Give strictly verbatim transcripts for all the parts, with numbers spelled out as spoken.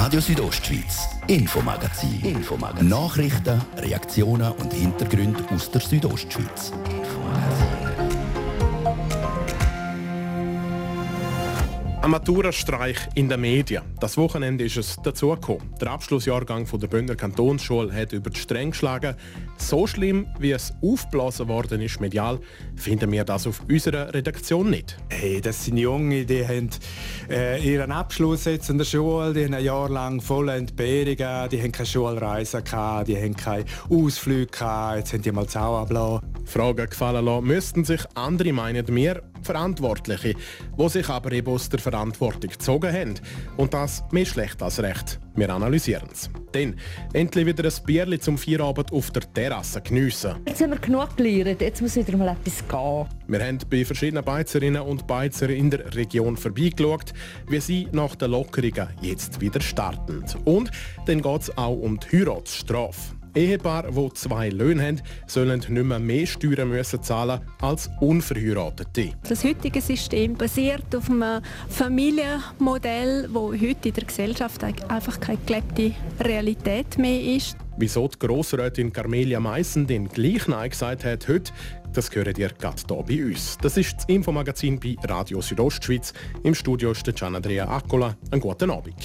Radio Südostschweiz, Infomagazin. Infomagazin. Nachrichten, Reaktionen und Hintergründe aus der Südostschweiz. Ein Maturastreich in den Medien. Das Wochenende ist es dazugekommen. Der Abschlussjahrgang der Bündner Kantonsschule hat über die Stränge geschlagen. So schlimm, wie es aufgeblasen worden ist medial, finden wir das auf unserer Redaktion nicht. Hey, das sind Junge, die haben äh, ihren Abschluss jetzt in der Schule, die haben ein Jahr lang volle Entbehrungen, die haben keine Schulreisen gehabt, die haben keine Ausflüge gehabt, jetzt haben die mal Zau abgelassen. Fragen gefallen lassen müssten sich andere, meinen wir, Verantwortliche, die sich aber eben aus der Verantwortung gezogen haben. Und das mehr schlecht als recht. Wir analysieren es. Dann endlich wieder ein Bierchen zum Feierabend auf der Terrasse geniessen. Jetzt haben wir genug gelernt, jetzt muss wieder mal etwas gehen. Wir haben bei verschiedenen Beizerinnen und Beizern in der Region vorbeigeschaut, wie sie nach den Lockerungen jetzt wieder starten. Und dann geht es auch um die Heiratsstrafe. Ehepaare, die zwei Löhne haben, sollen nicht mehr mehr Steuern müssen zahlen als Unverheiratete. Das heutige System basiert auf einem Familienmodell, das heute in der Gesellschaft einfach keine gelebte Realität mehr ist. Wieso die Grossrätin Carmelia Meissen den gleich Nein gesagt hat heute, das gehört ihr gerade hier bei uns. Das ist das Infomagazin bei Radio Südostschweiz. Im Studio ist der Gian Andrea Accola. Einen guten Abend.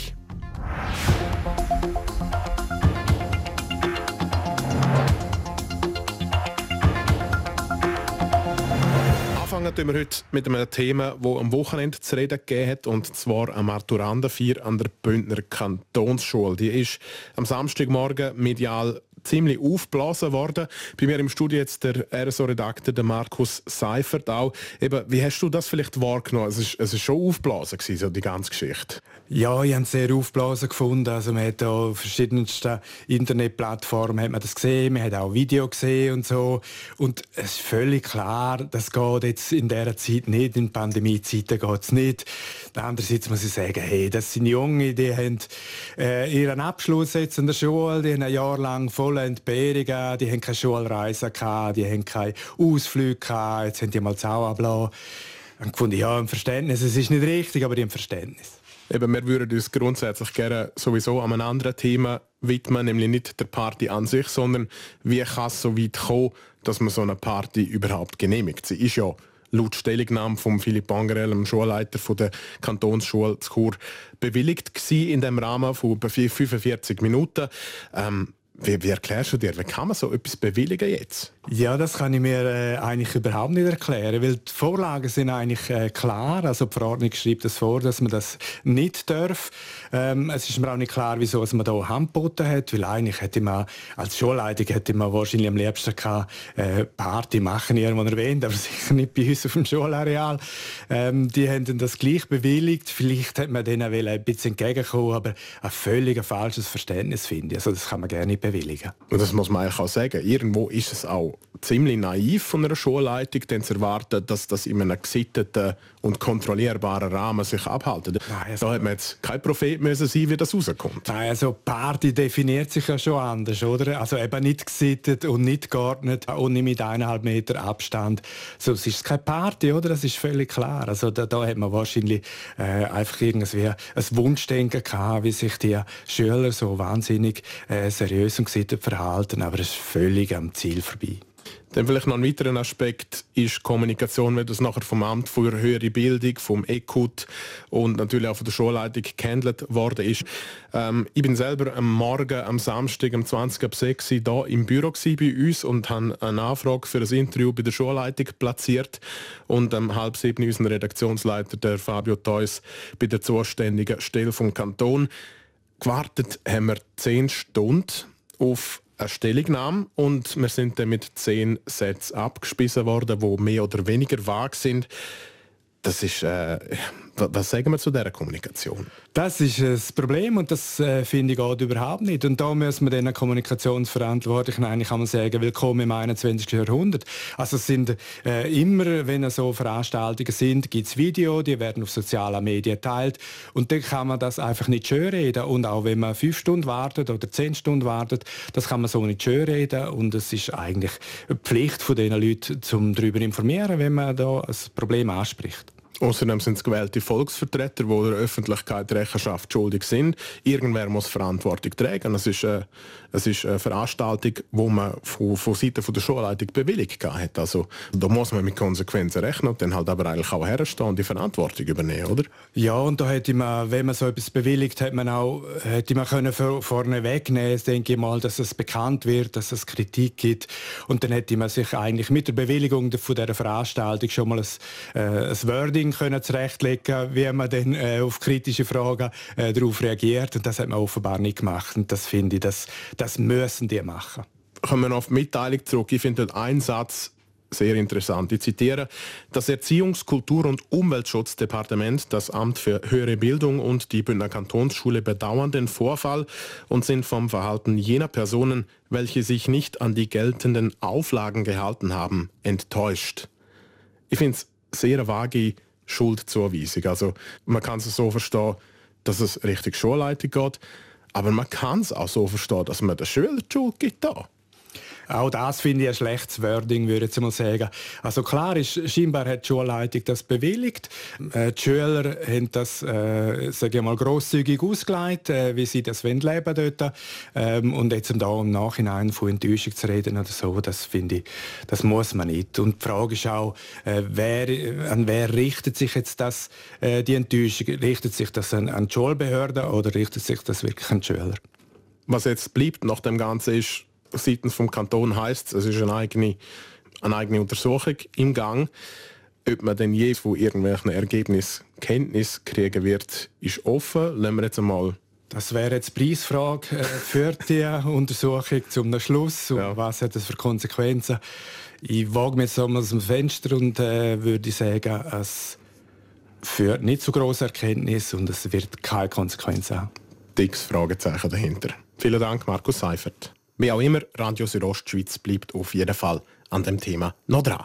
Anfangen wir heute mit einem Thema, das am Wochenende zu reden gegeben hat, und zwar eine Maturandenfeier an der Bündner Kantonsschule. Die ist am Samstagmorgen medial ziemlich aufgeblasen worden. Bei mir im Studio jetzt der R S O-Redakteur Markus Seifert auch. Eben, wie hast du das vielleicht wahrgenommen? Es ist, es ist schon aufgeblasen gewesen, so die ganze Geschichte. Ja, ich habe es sehr aufgeblasen gefunden. Also man hat auf verschiedensten Internetplattformen hat man das gesehen, man hat auch Video gesehen und so. Und es ist völlig klar, das geht jetzt in dieser Zeit nicht, in Pandemiezeiten geht es nicht. Andererseits muss ich sagen, hey, das sind Junge, die haben äh, ihren Abschluss jetzt in der Schule, die haben ein Jahr lang voll Entbehrungen, die haben keine Schulreisen gehabt, die haben keine Ausflüge gehabt, jetzt haben die mal Zau abgelassen. Und gefunden, ja, ein Verständnis, es ist nicht richtig, aber die haben Verständnis. Eben, wir würden uns grundsätzlich gerne sowieso an einem anderen Thema widmen, nämlich nicht der Party an sich, sondern wie kann es so weit kommen, dass man so eine Party überhaupt genehmigt. Sie ist ja laut Stellungnahme von Philipp Angerell, dem Schulleiter von der Kantonsschule zu Chur, bewilligt gewesen in dem Rahmen von fünfundvierzig Minuten. Ähm, Wie, wie erklärst du dir, wie kann man so etwas bewilligen jetzt? Ja, das kann ich mir äh, eigentlich überhaupt nicht erklären, weil die Vorlagen sind eigentlich äh, klar. Also die Verordnung schreibt das vor, dass man das nicht darf. Ähm, es ist mir auch nicht klar, wieso man da Hand geboten hat, weil eigentlich hätte man als Schulleitung hätte man wahrscheinlich am liebsten gehabt, äh, Party machen, irgendwann erwähnt, aber sicher nicht bei uns auf dem Schulareal. Ähm, die haben das gleich bewilligt. Vielleicht hätte man denen ein bisschen entgegenkommen, aber ein völlig falsches Verständnis finde ich. Also das kann man gerne nicht bewilligen. Und das muss man eigentlich auch sagen. Irgendwo ist es auch ziemlich naiv von einer Schulleitung, denn zu erwarten, dass das in einem gesitteten und kontrollierbaren Rahmen sich abhalten. Nein, also da hätte man jetzt kein Prophet müssen sein, wie das rauskommt. Nein, also Party definiert sich ja schon anders, oder? Also eben nicht gesittet und nicht geordnet und nicht mit eineinhalb Meter Abstand. So, es ist keine Party, oder? Das ist völlig klar. Also da, da hat man wahrscheinlich äh, einfach irgendwie ein Wunschdenken gehabt, wie sich die Schüler so wahnsinnig äh, seriös und gesittet verhalten, aber es ist völlig am Ziel vorbei. Dann vielleicht noch ein weiterer Aspekt ist Kommunikation, wie das nachher vom Amt für höhere Bildung, vom E K U T und natürlich auch von der Schulleitung gehandelt worden ist. Ähm, ich bin selber am Morgen, am Samstag, am zwanzig ab sechs hier im Büro bei uns und habe eine Anfrage für ein Interview bei der Schulleitung platziert und um halb sieben unser Redaktionsleiter, der Fabio Theus, bei der zuständigen Stelle vom Kanton. Gewartet haben wir zehn Stunden auf eine Stellungnahme und wir sind dann mit zehn Sätzen abgespissen worden, die mehr oder weniger vage sind. Das ist, äh, was sagen wir zu dieser Kommunikation? Das ist das Problem und das äh, finde ich geht überhaupt nicht. Und da müssen wir den Kommunikationsverantwortlichen eigentlich kann man sagen, willkommen im einundzwanzigsten Jahrhundert. Also es sind äh, immer, wenn so Veranstaltungen sind, gibt es Videos, die werden auf sozialen Medien geteilt und dann kann man das einfach nicht schönreden. Und auch wenn man fünf Stunden wartet oder zehn Stunden wartet, das kann man so nicht schönreden und es ist eigentlich eine Pflicht von diesen Leuten, um darüber zu informieren, wenn man da ein Problem anspricht. Außerdem sind es gewählte Volksvertreter, die der Öffentlichkeit Rechenschaft schuldig sind. Irgendwer muss Verantwortung tragen. Es ist, äh, es ist eine Veranstaltung, die man von, von Seiten der Schulleitung bewilligt hat. Also, da muss man mit Konsequenzen rechnen und dann halt aber eigentlich auch herstehen und die Verantwortung übernehmen, oder? Ja, und da hätte man, wenn man so etwas bewilligt, hätte man auch hätte man können vorne wegnehmen, denke ich mal, dass es bekannt wird, dass es Kritik gibt. Und dann hätte man sich eigentlich mit der Bewilligung von dieser Veranstaltung schon mal ein, äh, ein Wording können zurechtlegen, wie man dann äh, auf kritische Fragen äh, darauf reagiert. Und das hat man offenbar nicht gemacht. Und das finde ich, das, das müssen die machen. Kommen wir noch auf die Mitteilung zurück. Ich finde den Einsatz sehr interessant. Ich zitiere: Das Erziehungs-, Kultur- und Umweltschutzdepartement, das Amt für höhere Bildung und die Bündner Kantonsschule bedauern den Vorfall und sind vom Verhalten jener Personen, welche sich nicht an die geltenden Auflagen gehalten haben, enttäuscht. Ich finde es sehr vage Schuldzuweisung. Also man kann es so verstehen, dass es Richtung Schulleitung geht, aber man kann es auch so verstehen, dass man den Schülern die Schuld gibt. Da. Auch das finde ich ein schlechtes Wording, würde ich mal sagen. Also klar ist, scheinbar hat die Schulleitung das bewilligt. Äh, die Schüler haben das, äh, sage ich mal, grosszügig ausgelegt, äh, wie sie das leben wollen dort. Ähm, und jetzt da im Nachhinein von Enttäuschung zu reden oder so, das finde ich, das muss man nicht. Und die Frage ist auch, äh, wer, an wer richtet sich jetzt das, äh, die Enttäuschung? Richtet sich das an, an die Schulbehörden oder richtet sich das wirklich an die Schüler? Was jetzt bleibt nach dem Ganzen ist, seitens vom Kanton heisst es, es ist eine eigene, eine eigene Untersuchung im Gang. Ob man denn je von irgendwelchen Ergebnissen Kenntnis kriegen wird, ist offen. Lassen wir jetzt einmal. Das wäre jetzt die Preisfrage äh, für die Untersuchung zum Schluss. Und ja. Was hat das für Konsequenzen? Ich wage mir jetzt einmal aus dem Fenster und äh, würde sagen, es führt nicht zu grossen Erkenntnissen und es wird keine Konsequenzen haben. Dickes Fragezeichen dahinter. Vielen Dank, Markus Seifert. Wie auch immer, Radio Südostschweiz bleibt auf jeden Fall an dem Thema noch dran.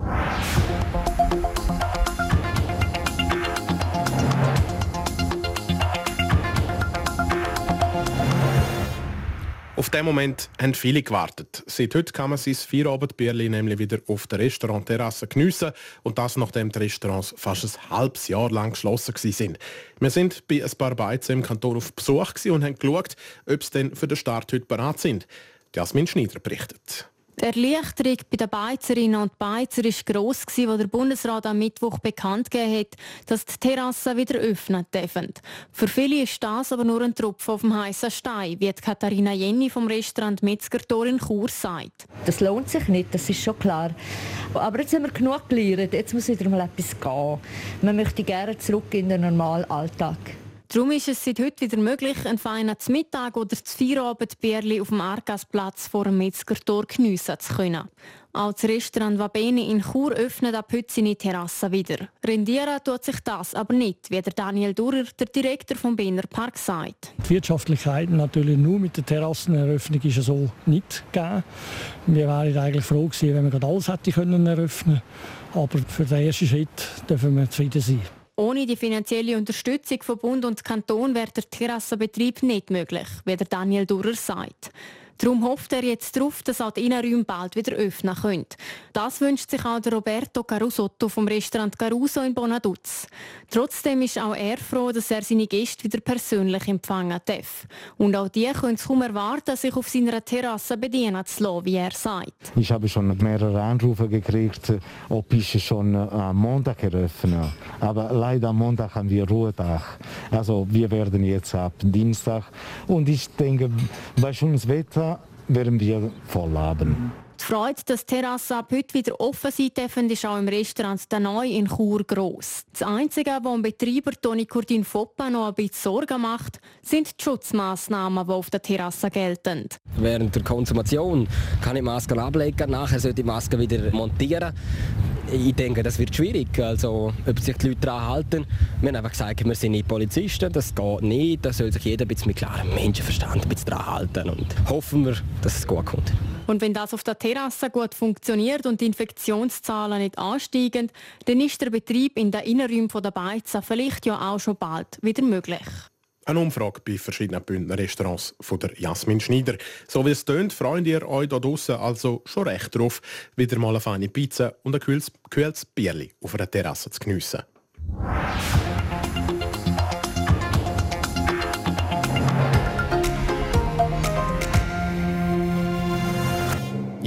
Auf diesen Moment haben viele gewartet. Seit heute kann man sein Feierabendbierli nämlich wieder auf der Restaurantterrasse geniessen. Und das, nachdem die Restaurants fast ein halbes Jahr lang geschlossen waren. Wir sind bei ein paar Beizen im Kanton auf Besuch und haben geschaut, ob sie denn für den Start heute bereit sind. Jasmin Schneider berichtet. Die Erleichterung bei den Beizerinnen und Beizer war gross, als der Bundesrat am Mittwoch bekannt gegeben hat, dass die Terrassen wieder öffnen dürfen. Für viele ist das aber nur ein Tropfen auf dem heißen Stein, wie Katharina Jenny vom Restaurant Metzgertor in Chur sagt. Das lohnt sich nicht, das ist schon klar. Aber jetzt haben wir genug gelernt, jetzt muss wieder mal etwas gehen. Man möchte gerne zurück in den normalen Alltag. Darum ist es seit heute wieder möglich, einen feinen Mittag oder das Feierabendbierli auf dem Argasplatz vor dem Metzgertor geniessen zu können. Auch das Restaurant Vabene in Chur öffnet ab heute seine Terrasse wieder. Rendieren tut sich das aber nicht, wie der Daniel Durer, der Direktor vom Berner Park, sagt. Die Wirtschaftlichkeit natürlich nur mit der Terrasseneröffnung ist ja so nicht gegeben. Wir wären eigentlich froh gewesen, wenn wir gerade alles hätte können eröffnen. Aber für den ersten Schritt dürfen wir zufrieden sein. Ohne die finanzielle Unterstützung von Bund und Kanton wäre der Terrassenbetrieb nicht möglich, wie der Daniel Durer sagt. Darum hofft er jetzt darauf, dass auch die Innenräume bald wieder öffnen können. Das wünscht sich auch der Roberto Carusotto vom Restaurant Caruso in Bonaduz. Trotzdem ist auch er froh, dass er seine Gäste wieder persönlich empfangen darf. Und auch die können es kaum erwarten, sich auf seiner Terrasse bedienen zu lassen, wie er sagt. Ich habe schon mehrere Anrufe gekriegt, ob ich schon am Montag eröffne. Aber leider am Montag haben wir Ruhetag. Also wir werden jetzt ab Dienstag. Und ich denke, bei schönes Wetter werden wir voll haben. Die Freude, dass die Terrassen ab heute wieder offen sein dürfen, ist auch im Restaurant «Danoi» in Chur gross. Das Einzige, was dem Betreiber Toni Curdin Foppa noch ein bisschen Sorgen macht, sind die Schutzmaßnahmen, die auf der Terrasse gelten. Während der Konsumation kann ich die Maske ablegen, nachher sollte ich die Maske wieder montieren. Ich denke, das wird schwierig, also ob sich die Leute daran halten. Wir haben einfach gesagt, wir sind nicht Polizisten, das geht nicht. Da soll sich jeder ein bisschen mit klarem Menschenverstand ein bisschen daran halten und hoffen wir, dass es gut kommt. Und wenn das auf der Terrasse gut funktioniert und die Infektionszahlen nicht ansteigen, dann ist der Betrieb in den Innenräumen der Beizen vielleicht ja auch schon bald wieder möglich. Eine Umfrage bei verschiedenen Bündner Restaurants von der Jasmin Schneider. So wie es tönt, freut ihr euch da draussen also schon recht drauf, wieder mal eine feine Pizza und ein kühles, kühles Bierli auf einer Terrasse zu geniessen.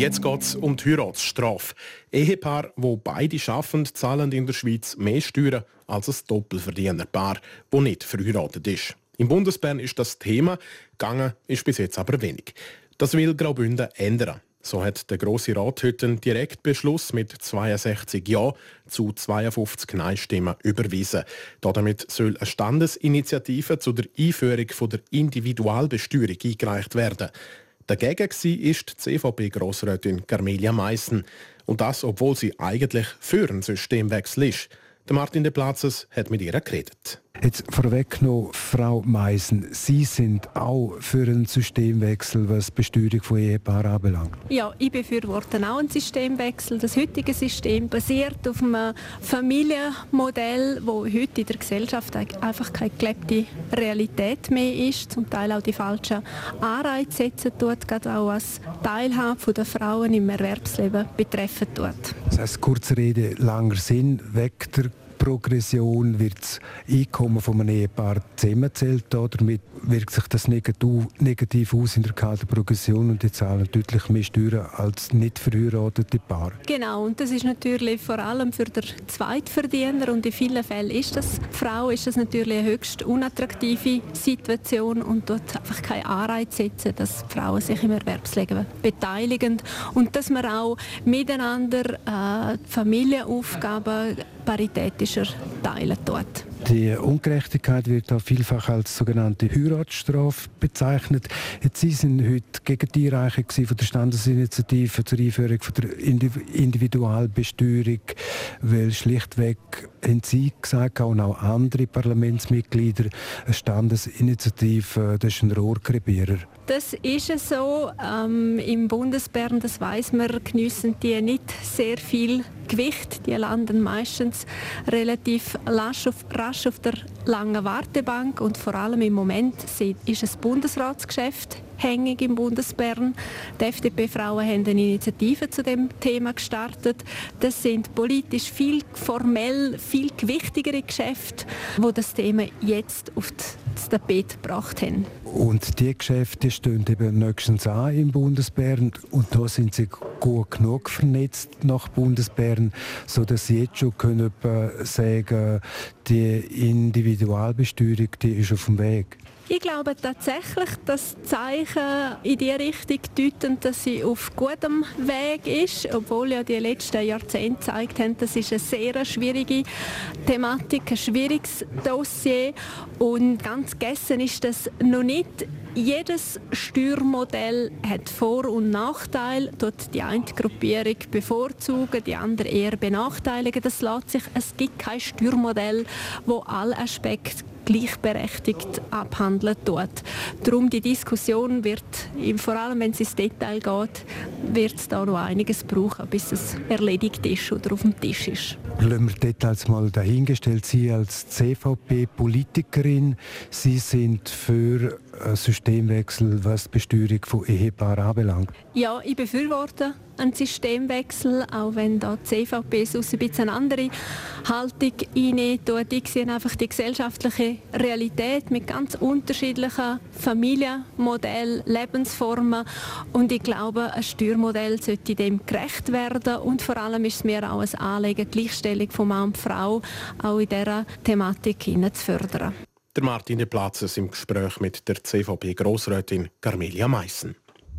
Jetzt geht es um die Heiratsstrafe. Ehepaare, wo beide arbeiten, zahlen in der Schweiz mehr Steuern als ein Doppelverdienerpaar, das nicht verheiratet ist. Im Bundesbern ist das Thema, gegangen ist bis jetzt aber wenig. Das will Graubünden ändern. So hat der Grosse Rat heute einen Direktbeschluss mit zweiundsechzig Ja zu zweiundfünfzig Nein-Stimmen überwiesen. Damit soll eine Standesinitiative zu der Einführung der Individualbesteuerung eingereicht werden. Dagegen war die C V P-Grossrätin Carmelia Meissen. Und das, obwohl sie eigentlich für einen Systemwechsel ist. Der Martin de Platzes hat mit ihr geredet. Jetzt vorweg noch, Frau Meissen, Sie sind auch für einen Systemwechsel, was die Besteuerung von Ehepaaren anbelangt? Ja, ich befürworte auch einen Systemwechsel. Das heutige System basiert auf einem Familienmodell, das heute in der Gesellschaft einfach keine gelebte Realität mehr ist. Zum Teil auch die falschen Anreize setzen tut, gerade auch als Teilhabe der Frauen im Erwerbsleben betreffen tut. Das heisst, kurze Rede, langer Sinn, weg der Progression wird das Einkommen von einem Ehepaar zusammengezählt. Damit wirkt sich das negativ aus in der kalten Progression und die zahlen deutlich mehr Steuern als nicht verheiratete Paare. Genau, und das ist natürlich vor allem für den Zweitverdiener und in vielen Fällen ist das Frau ist das natürlich eine höchst unattraktive Situation und dort einfach keinen Anreiz setzen, dass die Frauen sich im Erwerbsleben beteiligen und dass man auch miteinander äh, Familienaufgaben paritätischer teilen tut. Die Ungerechtigkeit wird auch vielfach als sogenannte Heiratsstrafe bezeichnet. Jetzt Sie sind heute gegen die Einreichung von der Standesinitiative zur Einführung von der Individualbesteuerung, weil schlichtweg, haben Sie gesagt, und auch andere Parlamentsmitglieder, eine Standesinitiative, das ist ein Rohrkrepierer. Das ist so. Ähm, Im Bundesbern, das weiss man, geniessen die nicht sehr viel Gewicht. Die landen meistens relativ rasch auf, rasch auf der langen Wartebank und vor allem im Moment ist es Bundesratsgeschäft hängig im Bundesbern. Die F D P-Frauen haben eine Initiative zu dem Thema gestartet. Das sind politisch viel formell viel gewichtigere Geschäfte, die das Thema jetzt auf das Tapet gebracht haben. Und diese Geschäfte stehen eben nächstens an im Bundesbern und da sind sie gut genug vernetzt nach Bundesbern, sodass sie jetzt schon können sagen, die Individualbesteuerung, die ist auf dem Weg. Ich glaube tatsächlich, dass Zeichen in die Richtung deuten, dass sie auf gutem Weg ist, obwohl ja die letzten Jahrzehnte gezeigt haben, das ist eine sehr schwierige Thematik, ein schwieriges Dossier und ganz vergessen ist das noch nicht. Jedes Steuermodell hat Vor- und Nachteile. Dort die eine Gruppierung bevorzugen, die andere eher benachteiligen. Das lässt sich, es gibt kein Steuermodell, wo alle Aspekte gleichberechtigt abhandeln tut. Darum die Diskussion wird, vor allem wenn es ins Detail geht, wird es da noch einiges brauchen, bis es erledigt ist oder auf dem Tisch ist. Lassen wir Details mal dahingestellt. Sie als C V P-Politikerin, Sie sind für einen Systemwechsel, was die Besteuerung von Ehepaaren anbelangt. Ja, ich befürworte einen Systemwechsel, auch wenn da die C V P sonst ein bisschen eine andere Haltung einnimmt. Ich sehe einfach die gesellschaftliche Realität mit ganz unterschiedlichen Familienmodellen, Lebensformen und ich glaube, ein Steuermodell sollte dem gerecht werden und vor allem ist es mir auch ein Anliegen, die Gleichstellung von Mann und Frau auch in dieser Thematik zu fördern. Der Martin de Platzes im Gespräch mit der C V P-Grossrätin Carmelia Meissen.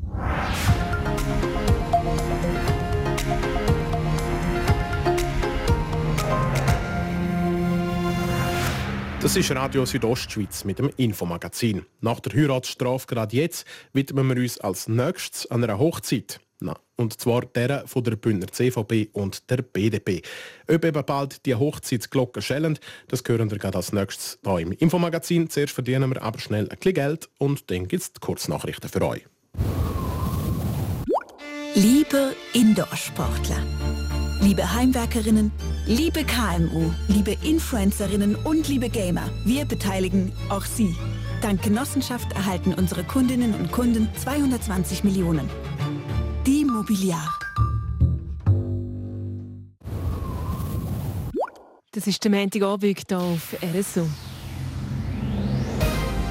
Das ist Radio Südostschweiz mit dem Infomagazin. Nach der Heiratsstrafe gerade jetzt widmen wir uns als nächstes an einer Hochzeit. Na, und zwar der von der Bündner C V P und der B D P. Ob eben bald die Hochzeitsglocken schellen, das hören wir gerade als nächstes hier im Infomagazin. Zuerst verdienen wir aber schnell ein bisschen Geld und dann gibt es die Kurznachrichten für euch. Liebe Indoor-Sportler, liebe Heimwerkerinnen, liebe K M U, liebe Influencerinnen und liebe Gamer, wir beteiligen auch Sie. Dank Genossenschaft erhalten unsere Kundinnen und Kunden zweihundertzwanzig Millionen. Die Mobiliar. Das ist der Montagabend hier auf R S O.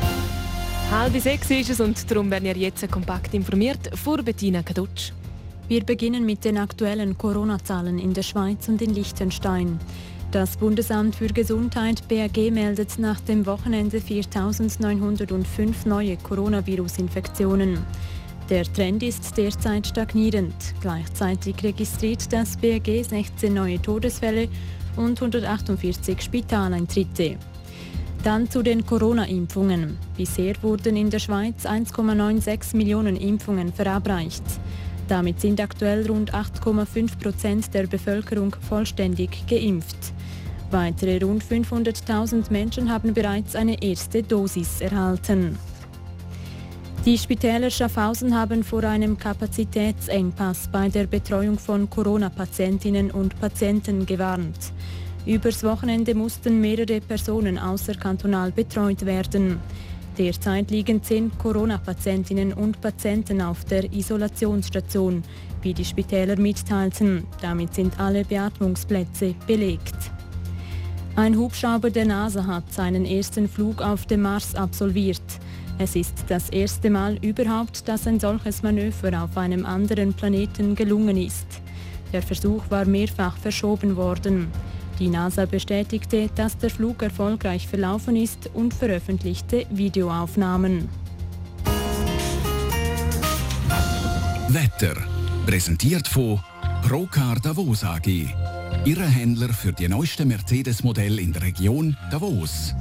Halb sechs ist es und darum werden wir jetzt kompakt informiert vor Bettina Kadutsch. Wir beginnen mit den aktuellen Corona-Zahlen in der Schweiz und in Liechtenstein. Das Bundesamt für Gesundheit B A G meldet nach dem Wochenende viertausendneunhundertfünf neue Coronavirus-Infektionen. Der Trend ist derzeit stagnierend. Gleichzeitig registriert das B A G sechzehn neue Todesfälle und hundertachtundvierzig Spitaleintritte. Dann zu den Corona-Impfungen. Bisher wurden in der Schweiz eins Komma sechsundneunzig Millionen Impfungen verabreicht. Damit sind aktuell rund acht Komma fünf Prozent der Bevölkerung vollständig geimpft. Weitere rund fünfhunderttausend Menschen haben bereits eine erste Dosis erhalten. Die Spitäler Schaffhausen haben vor einem Kapazitätsengpass bei der Betreuung von Corona-Patientinnen und Patienten gewarnt. Übers Wochenende mussten mehrere Personen außerkantonal betreut werden. Derzeit liegen zehn Corona-Patientinnen und Patienten auf der Isolationsstation, wie die Spitäler mitteilten. Damit sind alle Beatmungsplätze belegt. Ein Hubschrauber der NASA hat seinen ersten Flug auf dem Mars absolviert. Es ist das erste Mal überhaupt, dass ein solches Manöver auf einem anderen Planeten gelungen ist. Der Versuch war mehrfach verschoben worden. Die NASA bestätigte, dass der Flug erfolgreich verlaufen ist und veröffentlichte Videoaufnahmen. Wetter. Präsentiert von Procar Davos A G. Ihre Händler für die neuesten Mercedes-Modelle in der Region Davos.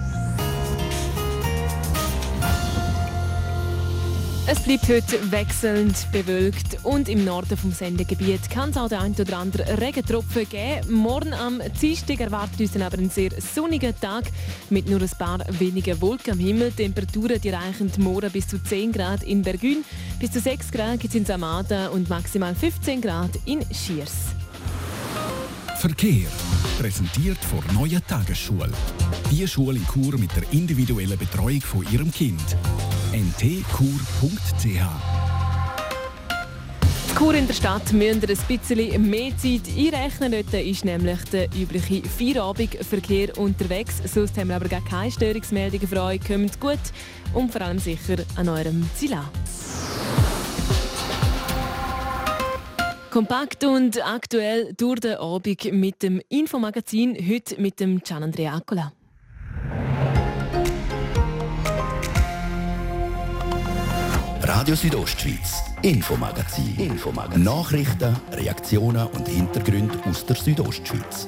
Es bleibt heute wechselnd bewölkt und im Norden vom Sendegebiet kann es auch den einen oder anderen Regentropfen geben. Morgen am Dienstag erwartet uns dann aber einen sehr sonnigen Tag mit nur ein paar wenigen Wolken am Himmel. Temperaturen die reichen morgen bis zu zehn Grad in Bergün, bis zu sechs Grad gibt es in Samada und maximal fünfzehn Grad in Schiers. Verkehr. Präsentiert von Neue Tagesschule. Die Schule in Chur mit der individuellen Betreuung von Ihrem Kind. n t chur punkt c h. Die Chur in der Stadt müssen ein bisschen mehr Zeit einrechnen. Dort ist nämlich der übliche Feierabendverkehr unterwegs. Sonst haben wir aber gar keine Störungsmeldungen für euch. Kommt gut und vor allem sicher an eurem Ziel an. Kompakt und aktuell durch den Abend mit dem Infomagazin, heute mit dem Gianandrea Accola. Radio Südostschweiz, Infomagazin. Infomagazin. Nachrichten, Reaktionen und Hintergründe aus der Südostschweiz.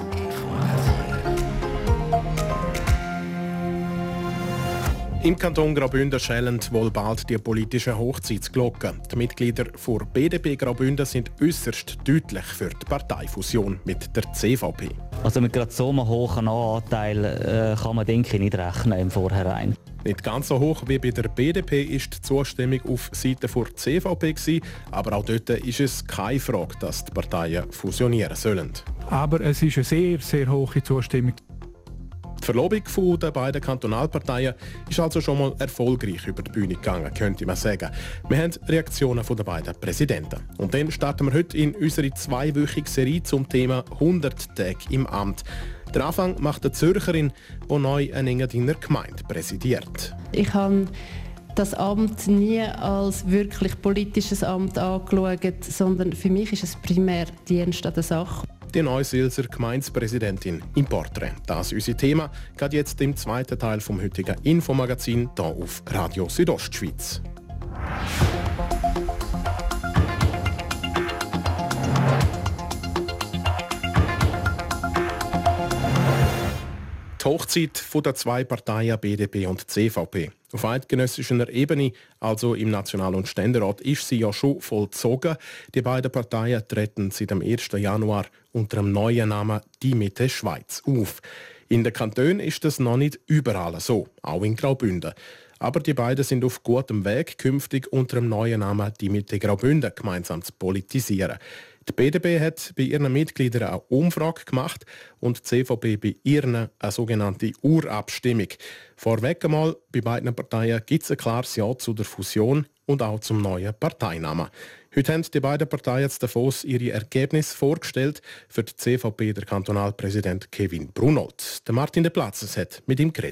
Im Kanton Graubünden schellen wohl bald die politischen Hochzeitsglocken. Die Mitglieder der B D P Graubünden sind äußerst deutlich für die Parteifusion mit der C V P. Also mit gerade so einem hohen Anteil äh, kann man, denke ich, nicht rechnen im Vorhinein. Nicht ganz so hoch wie bei der B D P ist die Zustimmung auf Seite der C V P gewesen, aber auch dort ist es keine Frage, dass die Parteien fusionieren sollen. Aber es ist eine sehr, sehr hohe Zustimmung. Die Verlobung der beiden Kantonalparteien ist also schon mal erfolgreich über die Bühne gegangen, könnte man sagen. Wir haben Reaktionen der beiden Präsidenten. Und dann starten wir heute in unsere zweiwöchige Serie zum Thema hundert Tage im Amt. Der Anfang macht eine Zürcherin, die neu eine Engadiner Gemeinde präsidiert. Ich habe das Amt nie als wirklich politisches Amt angeschaut, sondern für mich ist es primär Dienst an der Sache. Die Neusilser Gemeindepräsidentin im Porträt. Das ist unser Thema, geht jetzt im zweiten Teil vom heutigen Infomagazin hier auf Radio Südostschweiz. Die Hochzeit der zwei Parteien B D P und C V P. Auf eidgenössischer Ebene, also im National- und Ständerat, ist sie ja schon vollzogen. Die beiden Parteien treten seit dem ersten Januar unter dem neuen Namen «Die Mitte Schweiz» auf. In den Kantonen ist das noch nicht überall so, auch in Graubünden. Aber die beiden sind auf gutem Weg, künftig unter dem neuen Namen «Die Mitte Graubünden» gemeinsam zu politisieren. Die B D P hat bei ihren Mitgliedern eine Umfrage gemacht und die C V P bei ihren eine sogenannte Urabstimmung. Vorweg einmal, bei beiden Parteien gibt es ein klares Ja zu der Fusion und auch zum neuen Parteinamen. Heute haben die beiden Parteien jetzt Davos ihre Ergebnisse vorgestellt. Für die C V P der Kantonalpräsident Kevin Brunold. Der Martin de Platzes hat mit ihm geredet.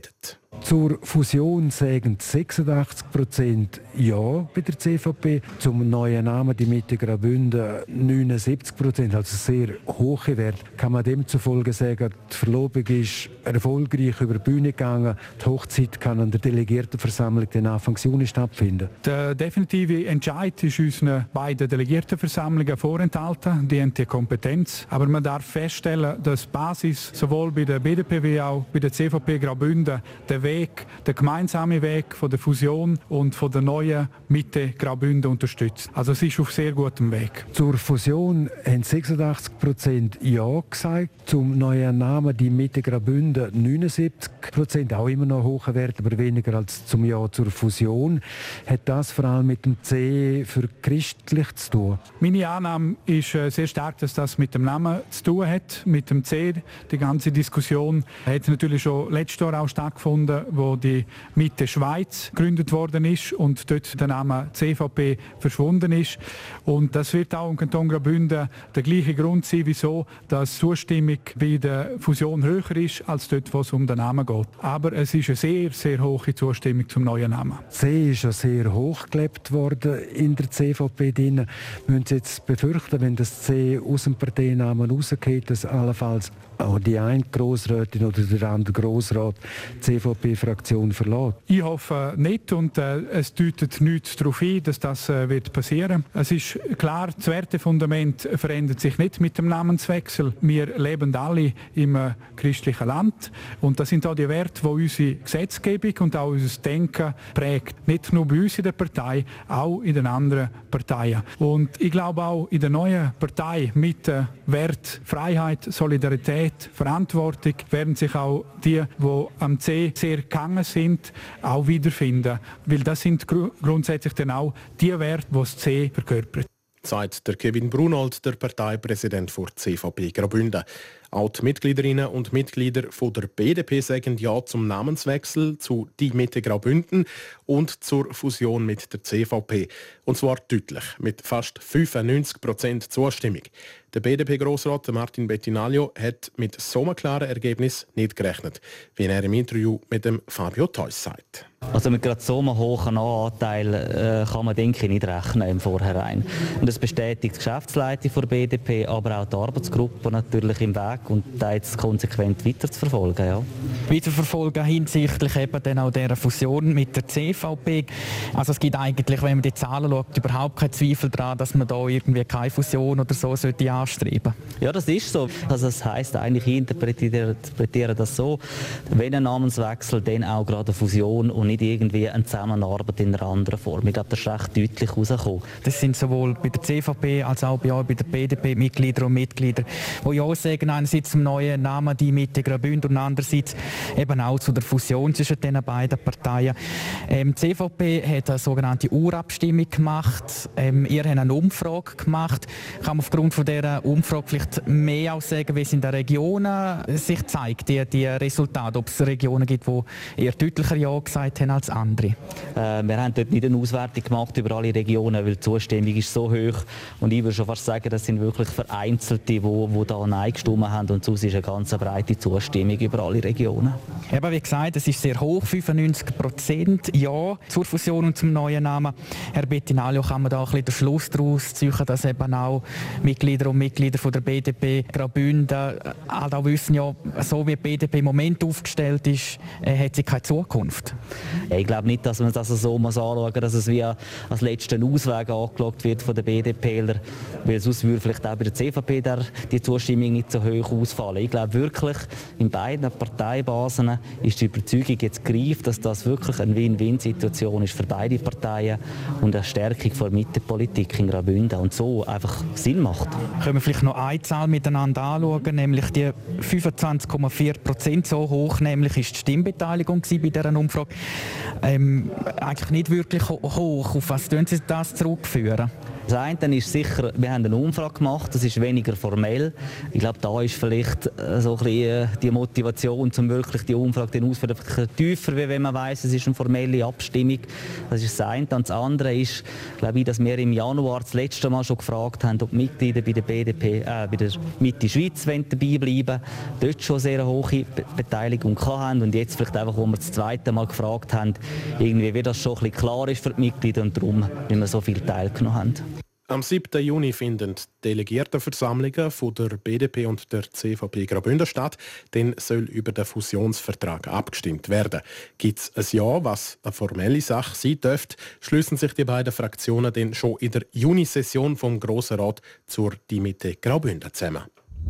Zur Fusion sagen sechsundachtzig Prozent Ja bei der C V P. Zum neuen Namen, die Mitte Graubünden, neunundsiebzig Prozent, also sehr hohe Wert. Kann man demzufolge sagen, die Verlobung ist erfolgreich über die Bühne gegangen. Die Hochzeit kann an der Delegiertenversammlung den Anfang Juni stattfinden. Der definitive Entscheid ist unseren beiden Delegiertenversammlungen vorenthalten. Die haben die Kompetenz. Aber man darf feststellen, dass die Basis sowohl bei der B D P wie auch bei der C V P Graubünden der Weg, der gemeinsame Weg von der Fusion und von der neuen Mitte Graubünden unterstützt. Also es ist auf sehr gutem Weg. Zur Fusion haben sechsundachtzig Prozent Ja gesagt. Zum neuen Namen, die Mitte Graubünden, neunundsiebzig Prozent, auch immer noch hoher Wert, aber weniger als zum Ja zur Fusion. Hat das vor allem mit dem C für christlich zu tun? Meine Annahme ist äh, sehr stark, dass das mit dem Namen zu tun hat, mit dem C. Die ganze Diskussion hat natürlich schon letztes Jahr auch stattgefunden, wo die Mitte Schweiz gegründet worden ist und dort der Name C V P verschwunden ist. Und das wird auch im Kanton Graubünden der gleiche Grund sein, wieso die Zustimmung bei der Fusion höher ist als dort, wo es um den Namen geht. Aber es ist eine sehr, sehr hohe Zustimmung zum neuen Namen. C ist ja sehr hoch gelebt worden in der C V P drin. Müssen Sie jetzt befürchten, wenn das C aus dem Parteinamen rausgeht, dass allenfalls auch die eine Grossrätin oder der andere Grossrat die C V P-Fraktion verlässt? Ich hoffe nicht und äh, es deutet nichts darauf hin, dass das äh, wird passieren. Es ist klar, das Wertefundament verändert sich nicht mit dem Namenswechsel. Wir leben alle im äh, christlichen Land und das sind auch die Werte, die unsere Gesetzgebung und auch unser Denken prägt. Nicht nur bei uns in der Partei, auch in den anderen Parteien. Und ich glaube auch in der neuen Partei mit äh, Wert Freiheit, Solidarität, Verantwortung werden sich auch die, die am C sehr gegangen sind, auch wiederfinden. Weil das sind gru- grundsätzlich dann auch die Werte, die das C verkörpert. Sagt der Kevin Brunold, der Parteipräsident für C V P Graubünden. Auch die Mitgliederinnen und Mitglieder von der B D P sagen Ja zum Namenswechsel zu Die Mitte Graubünden und zur Fusion mit der C V P. Und zwar deutlich, mit fast fünfundneunzig Prozent Zustimmung. Der B D P-Grossrat Martin Bettinaglio hat mit so einem klaren Ergebnis nicht gerechnet, wie er im Interview mit dem Fabio Theus sagt. Also mit gerade so einem hohen Anteil äh, kann man, denke ich, nicht rechnen im Vorhinein. Und das bestätigt die Geschäftsleitung der B D P, aber auch die Arbeitsgruppe natürlich im Weg und da jetzt konsequent weiter zu verfolgen. Ja. Weiterverfolgen hinsichtlich eben dann auch dieser Fusion mit der C V P. Also es gibt eigentlich, wenn man die Zahlen schaut, überhaupt keinen Zweifel daran, dass man da irgendwie keine Fusion oder so sollte anstreben. Ja, das ist so. Also das heisst eigentlich, ich interpretiere, interpretiere das so, wenn ein Namenswechsel, dann auch gerade eine Fusion und nicht irgendwie eine Zusammenarbeit in einer anderen Form. Ich glaube, das ist recht deutlich herausgekommen. Das sind sowohl bei der C V P als auch bei, bei der B D P Mitglieder und Mitglieder, die ja sagen, einerseits zum neuen Namen die Mitte Graubünden und andererseits eben auch zu der Fusion zwischen den beiden Parteien. Ähm, die C V P hat eine sogenannte Urabstimmung gemacht. Ähm, ihr habt eine Umfrage gemacht. Kann man aufgrund von dieser Umfrage vielleicht mehr auch sagen, wie es in den Regionen sich zeigt, die, die Resultate, ob es Regionen gibt, die eher deutlicher Ja gesagt haben als andere? Äh, wir haben dort nicht eine Auswertung gemacht über alle Regionen, weil die Zustimmung ist so hoch und ich würde schon fast sagen, das sind wirklich Vereinzelte, die, die da Nein gestimmt haben und sonst ist eine ganz breite Zustimmung über alle Regionen. Eben wie gesagt, es ist sehr hoch, fünfundneunzig Prozent Ja zur Fusion und zum neuen Namen. Herr Bettinaglio, kann man da ein bisschen den Schluss daraus ziehen, dass eben auch Mitglieder und Mitglieder von der B D P Graubünden halt auch wissen, ja, so wie die B D P im Moment aufgestellt ist, äh, hat sie keine Zukunft? Ja, ich glaube nicht, dass man das so muss anschauen muss, dass es wie als letzten Ausweg angeschaut wird von den B D Pler, weil sonst würde vielleicht auch bei der C V P der, die Zustimmung nicht so hoch ausfallen. Ich glaube wirklich, in beiden Parteibasen ist die Überzeugung jetzt greift, dass das wirklich eine Win-Win-Situation ist für beide Parteien und eine Stärkung der Mittepolitik in Graubünden und so einfach Sinn macht. Können wir vielleicht noch eine Zahl miteinander anschauen, nämlich die fünfundzwanzig Komma vier Prozent, so hoch nämlich ist die Stimmbeteiligung bei dieser Umfrage. Ähm, eigentlich nicht wirklich hoch. Auf was können Sie das zurückführen? Das eine ist sicher, wir haben eine Umfrage gemacht, das ist weniger formell. Ich glaube, da ist vielleicht so ein bisschen die Motivation, um wirklich die Umfrage den auszuführen, tiefer, wie wenn man weiss, es ist eine formelle Abstimmung. Das ist das eine. Und das andere ist, glaube ich, dass wir im Januar das letzte Mal schon gefragt haben, ob die Mitglieder bei der B D P, äh, bei der Mitte Schweiz dabei bleiben, dort schon sehr hohe Be- Beteiligung hatten und jetzt vielleicht einfach, wo wir das zweite Mal gefragt haben, irgendwie, wie das schon ein bisschen klar ist für die Mitglieder und darum, weil wir so viel teilgenommen haben. Am siebten Juni finden Delegiertenversammlungen von der B D P und der C V P Graubünden statt. Dann soll über den Fusionsvertrag abgestimmt werden. Gibt es ein Ja, was eine formelle Sache sein dürfte, schließen sich die beiden Fraktionen dann schon in der Junisession vom Grossen Rat zur Dimite Graubünden zusammen.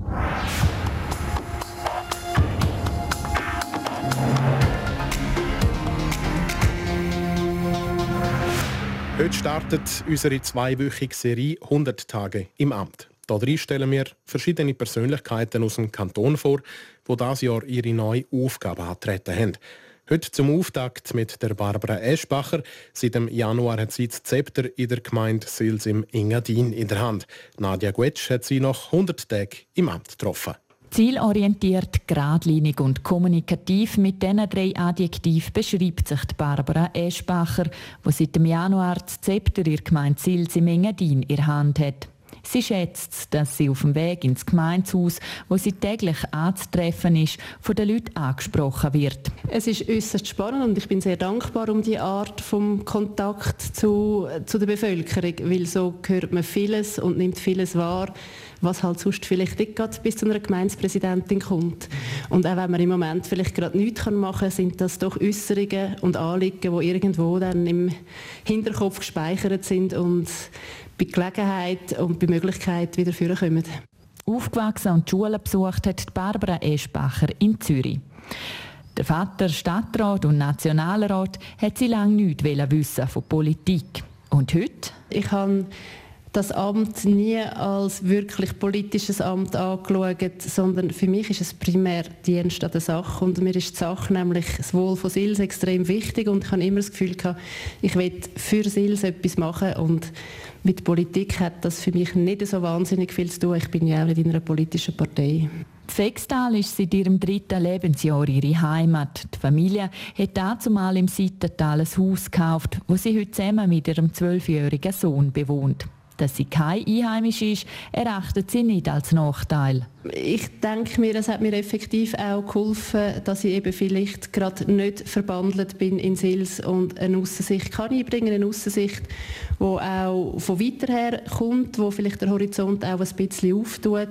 Heute startet unsere zweiwöchige Serie hundert Tage im Amt. Darin stellen wir verschiedene Persönlichkeiten aus dem Kanton vor, die dieses Jahr ihre neue Aufgabe angetreten haben. Heute zum Auftakt mit der Barbara Eschbacher. Seit dem Januar hat sie das Zepter in der Gemeinde Sils im Engadin in der Hand. Nadja Guetsch hat sie nach hundert Tagen im Amt getroffen. Zielorientiert, geradlinig und kommunikativ, mit diesen drei Adjektiven beschreibt sich die Barbara Eschbacher, die seit dem Januar das Zepter ihrer Gemeinde Sils im Engadin in der Hand hat. Sie schätzt, dass sie auf dem Weg ins Gemeindehaus, wo sie täglich anzutreffen ist, von den Leuten angesprochen wird. Es ist äußerst spannend und ich bin sehr dankbar um die Art vom Kontakt zu, zu der Bevölkerung, weil so hört man vieles und nimmt vieles wahr, was halt sonst vielleicht nicht gerade bis zu einer Gemeindepräsidentin kommt. Und auch wenn man im Moment vielleicht gerade nichts machen kann, sind das doch Äußerungen und Anliegen, die irgendwo dann im Hinterkopf gespeichert sind und bei Gelegenheit und bei Möglichkeit wieder vorkommen. Aufgewachsen und die Schule besucht hat die Barbara Eschbacher in Zürich. Der Vater, Stadtrat und Nationalrat, hat sie lange nichts wissen von Politik. Und heute? Ich habe das Amt nie als wirklich politisches Amt angeschaut, sondern für mich ist es primär Dienst an der Sache. Und mir ist die Sache, nämlich das Wohl von Sils, extrem wichtig. Und ich habe immer das Gefühl gehabt, ich will für Sils etwas machen. Und mit Politik hat das für mich nicht so wahnsinnig viel zu tun. Ich bin ja auch nicht in einer politischen Partei. Fextal ist seit ihrem dritten Lebensjahr ihre Heimat. Die Familie hat dazumal im Seitental ein Haus gekauft, wo sie heute zusammen mit ihrem zwölfjährigen Sohn bewohnt. Dass sie kein Einheimische ist, erachtet sie nicht als Nachteil. Ich denke mir, es hat mir effektiv auch geholfen, dass ich eben vielleicht gerade nicht verbandelt bin in Sils und eine Aussensicht kann einbringen, eine Aussensicht, die auch von weiter her kommt, wo vielleicht der Horizont auch ein bisschen auftut,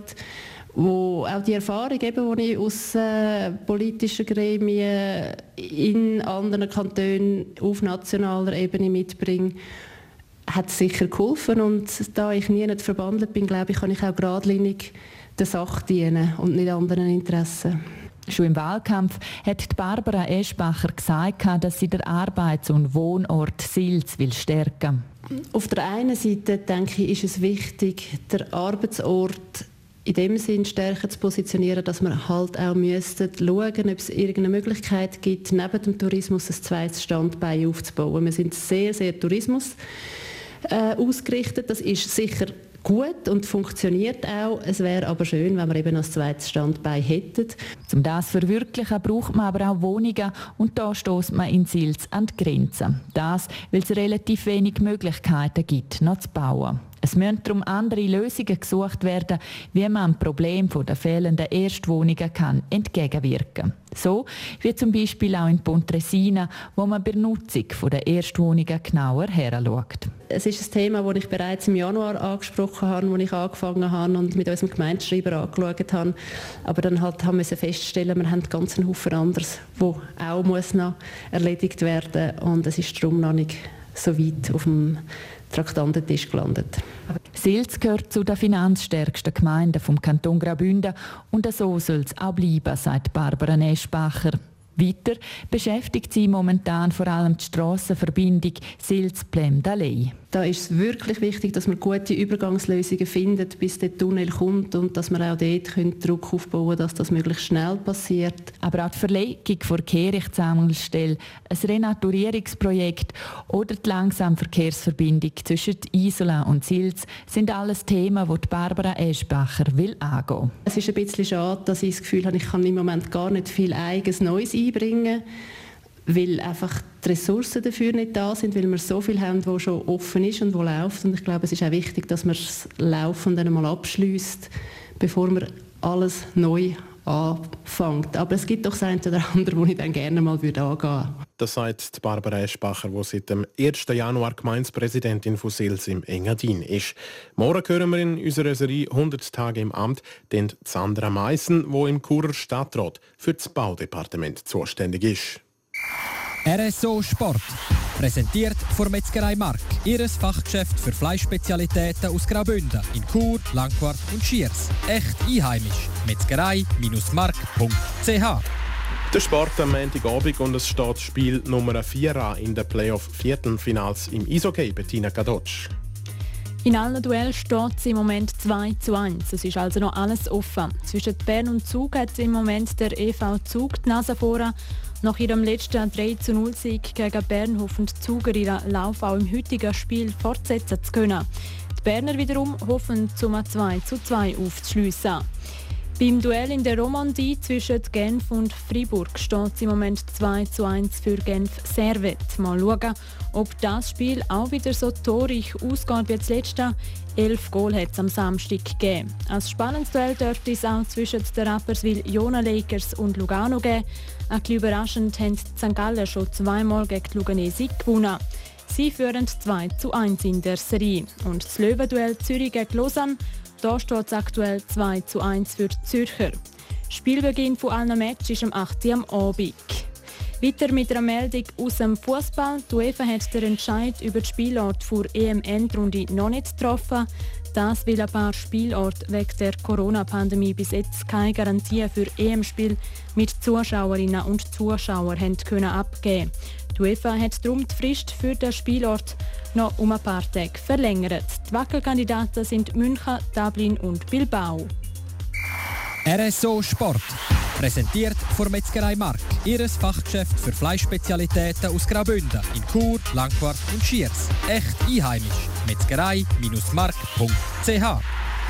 wo auch die Erfahrung, eben, die ich aus äh, politischen Gremien in anderen Kantonen auf nationaler Ebene mitbringe, hat sicher geholfen. Und da ich nie nicht verbandelt bin, glaube ich, kann ich auch geradlinig der Sache dienen und nicht anderen Interessen. Schon im Wahlkampf hat Barbara Eschbacher gesagt, dass sie den Arbeits- und Wohnort Sils will stärken. Auf der einen Seite denke ich, ist es wichtig, den Arbeitsort in dem Sinn stärker zu positionieren, dass wir halt auch müssten schauen, ob es irgendeine Möglichkeit gibt, neben dem Tourismus ein zweites Standbein aufzubauen. Wir sind sehr, sehr Tourismus äh, ausgerichtet. Das ist sicher gut und funktioniert auch. Es wäre aber schön, wenn wir eben ein zweites Standbein hätten. Um das zu verwirklichen, braucht man aber auch Wohnungen und da stößt man in Sils an die Grenzen. Das, weil es relativ wenig Möglichkeiten gibt, noch zu bauen. Es müssen darum andere Lösungen gesucht werden, wie man dem Problem der fehlenden Erstwohnungen kann entgegenwirken kann. So wie zum Beispiel auch in Pontresina, wo man bei der Nutzung der Erstwohnungen genauer heranschaut. Es ist ein Thema, das ich bereits im Januar angesprochen habe, als ich angefangen habe und mit unserem Gemeindeschreiber angeschaut habe. Aber dann halt haben wir feststellen, wir haben ganz einen Haufen anderes, das auch muss noch erledigt werden muss. Und es ist darum noch nicht so weit auf dem Traktandentisch gelandet. Sils gehört zu den finanzstärksten Gemeinden vom Kanton Graubünden und so soll es auch bleiben, sagt Barbara Eschbacher. Weiter beschäftigt sie momentan vor allem die Strassenverbindung Sils-Plem-Daley. Da ist es wirklich wichtig, dass man gute Übergangslösungen findet, bis der Tunnel kommt und dass wir auch dort Druck aufbauen können, dass das möglichst schnell passiert. Aber auch die Verlegung der Kehrichtsammelstelle, ein Renaturierungsprojekt oder die Langsamverkehrsverbindung zwischen Isola und Sils sind alles Themen, die Barbara Eschbacher will angehen. Es ist ein bisschen schade, dass ich das Gefühl habe, ich kann im Moment gar nicht viel eigenes Neues einbringen, weil einfach die Ressourcen dafür nicht da sind, weil wir so viel haben, wo schon offen ist und wo läuft. Und ich glaube, es ist auch wichtig, dass man das Laufen dann einmal abschliesst, bevor man alles neu anfängt. Aber es gibt doch das eine oder andere, wo ich dann gerne mal angehen würde. Das sagt Barbara Eschbacher, die seit dem ersten Januar Gemeindepräsidentin von Sils im Engadin ist. Morgen hören wir in unserer Serie hundert Tage im Amt den Sandra Meissen, die im Churer Stadtrat für das Baudepartement zuständig ist. R S O Sport. Präsentiert von Metzgerei Mark. Ihres Fachgeschäft für Fleischspezialitäten aus Graubünden in Chur, Langquart und Schiers. Echt einheimisch. Metzgerei Mark punkt c h. Der Sport am Montagabend und es steht Spiel Nummer vier an in den Playoff-Viertelfinals im Eishockey. Bettina Kadotsch. In allen Duellen steht es im Moment zwei zu eins. Es ist also noch alles offen. Zwischen Bern und Zug hat es im Moment der E V Zug die Nase vorn. Nach ihrem letzten drei zu null Sieg gegen Bern hoffen die Zuger ihren Lauf auch im heutigen Spiel fortsetzen zu können. Die Berner wiederum hoffen, zum zwei zu zwei aufzuschliessen. Beim Duell in der Romandie zwischen Genf und Fribourg steht es im Moment zwei zu eins für Genf Servet. Mal schauen, ob das Spiel auch wieder so torig ausgeht wie das letzte. Elf Goal hat es am Samstag gegeben. Ein spannendes Duell dürfte es auch zwischen den Rapperswil Jona Lakers und Lugano geben. Ein bisschen überraschend haben die Sankt Gallen schon zweimal gegen die Luganesi gewonnen. Sie führen zwei zu eins in der Serie. Und das Löwenduell Zürich gegen Lausanne, da steht es aktuell zwei zu eins für die Zürcher. Spielbeginn von allen Matches ist am acht Uhr am Abend. Weiter mit einer Meldung aus dem Fußball. Die UEFA hat den Entscheid über den Spielort für E M-Endrunde noch nicht getroffen. Das, weil ein paar Spielorte wegen der Corona-Pandemie bis jetzt keine Garantie für E M-Spiele mit Zuschauerinnen und Zuschauern haben können abgeben. Die UEFA hat darum die Frist für den Spielort noch um ein paar Tage verlängert. Die Wackelkandidaten sind München, Dublin und Bilbao. R S O Sport. Präsentiert von Metzgerei Mark. Ihres Fachgeschäft für Fleischspezialitäten aus Graubünden in Chur, Langquart und Schiers. Echt einheimisch. Metzgerei Mark punkt c h.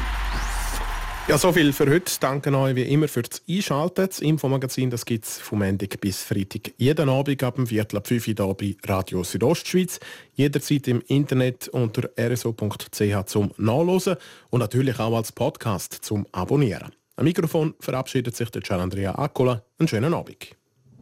Ja, so viel für heute. Danke euch wie immer fürs Einschalten. Das Infomagazin gibt es vom Montag bis Freitag jeden Abend ab dem Viertel ab fünf Uhr hier bei Radio Südostschweiz. Jederzeit im Internet unter r s o punkt c h zum Nachlesen und natürlich auch als Podcast zum Abonnieren. Am Mikrofon verabschiedet sich der Gian-Andrea Accola. Einen schönen Abend.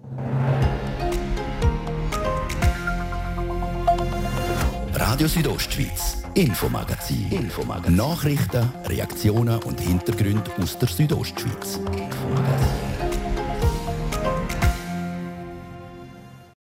Radio Südostschweiz, Infomagazin. Infomagazin. Nachrichten, Reaktionen und Hintergründe aus der Südostschweiz. Infomagazin.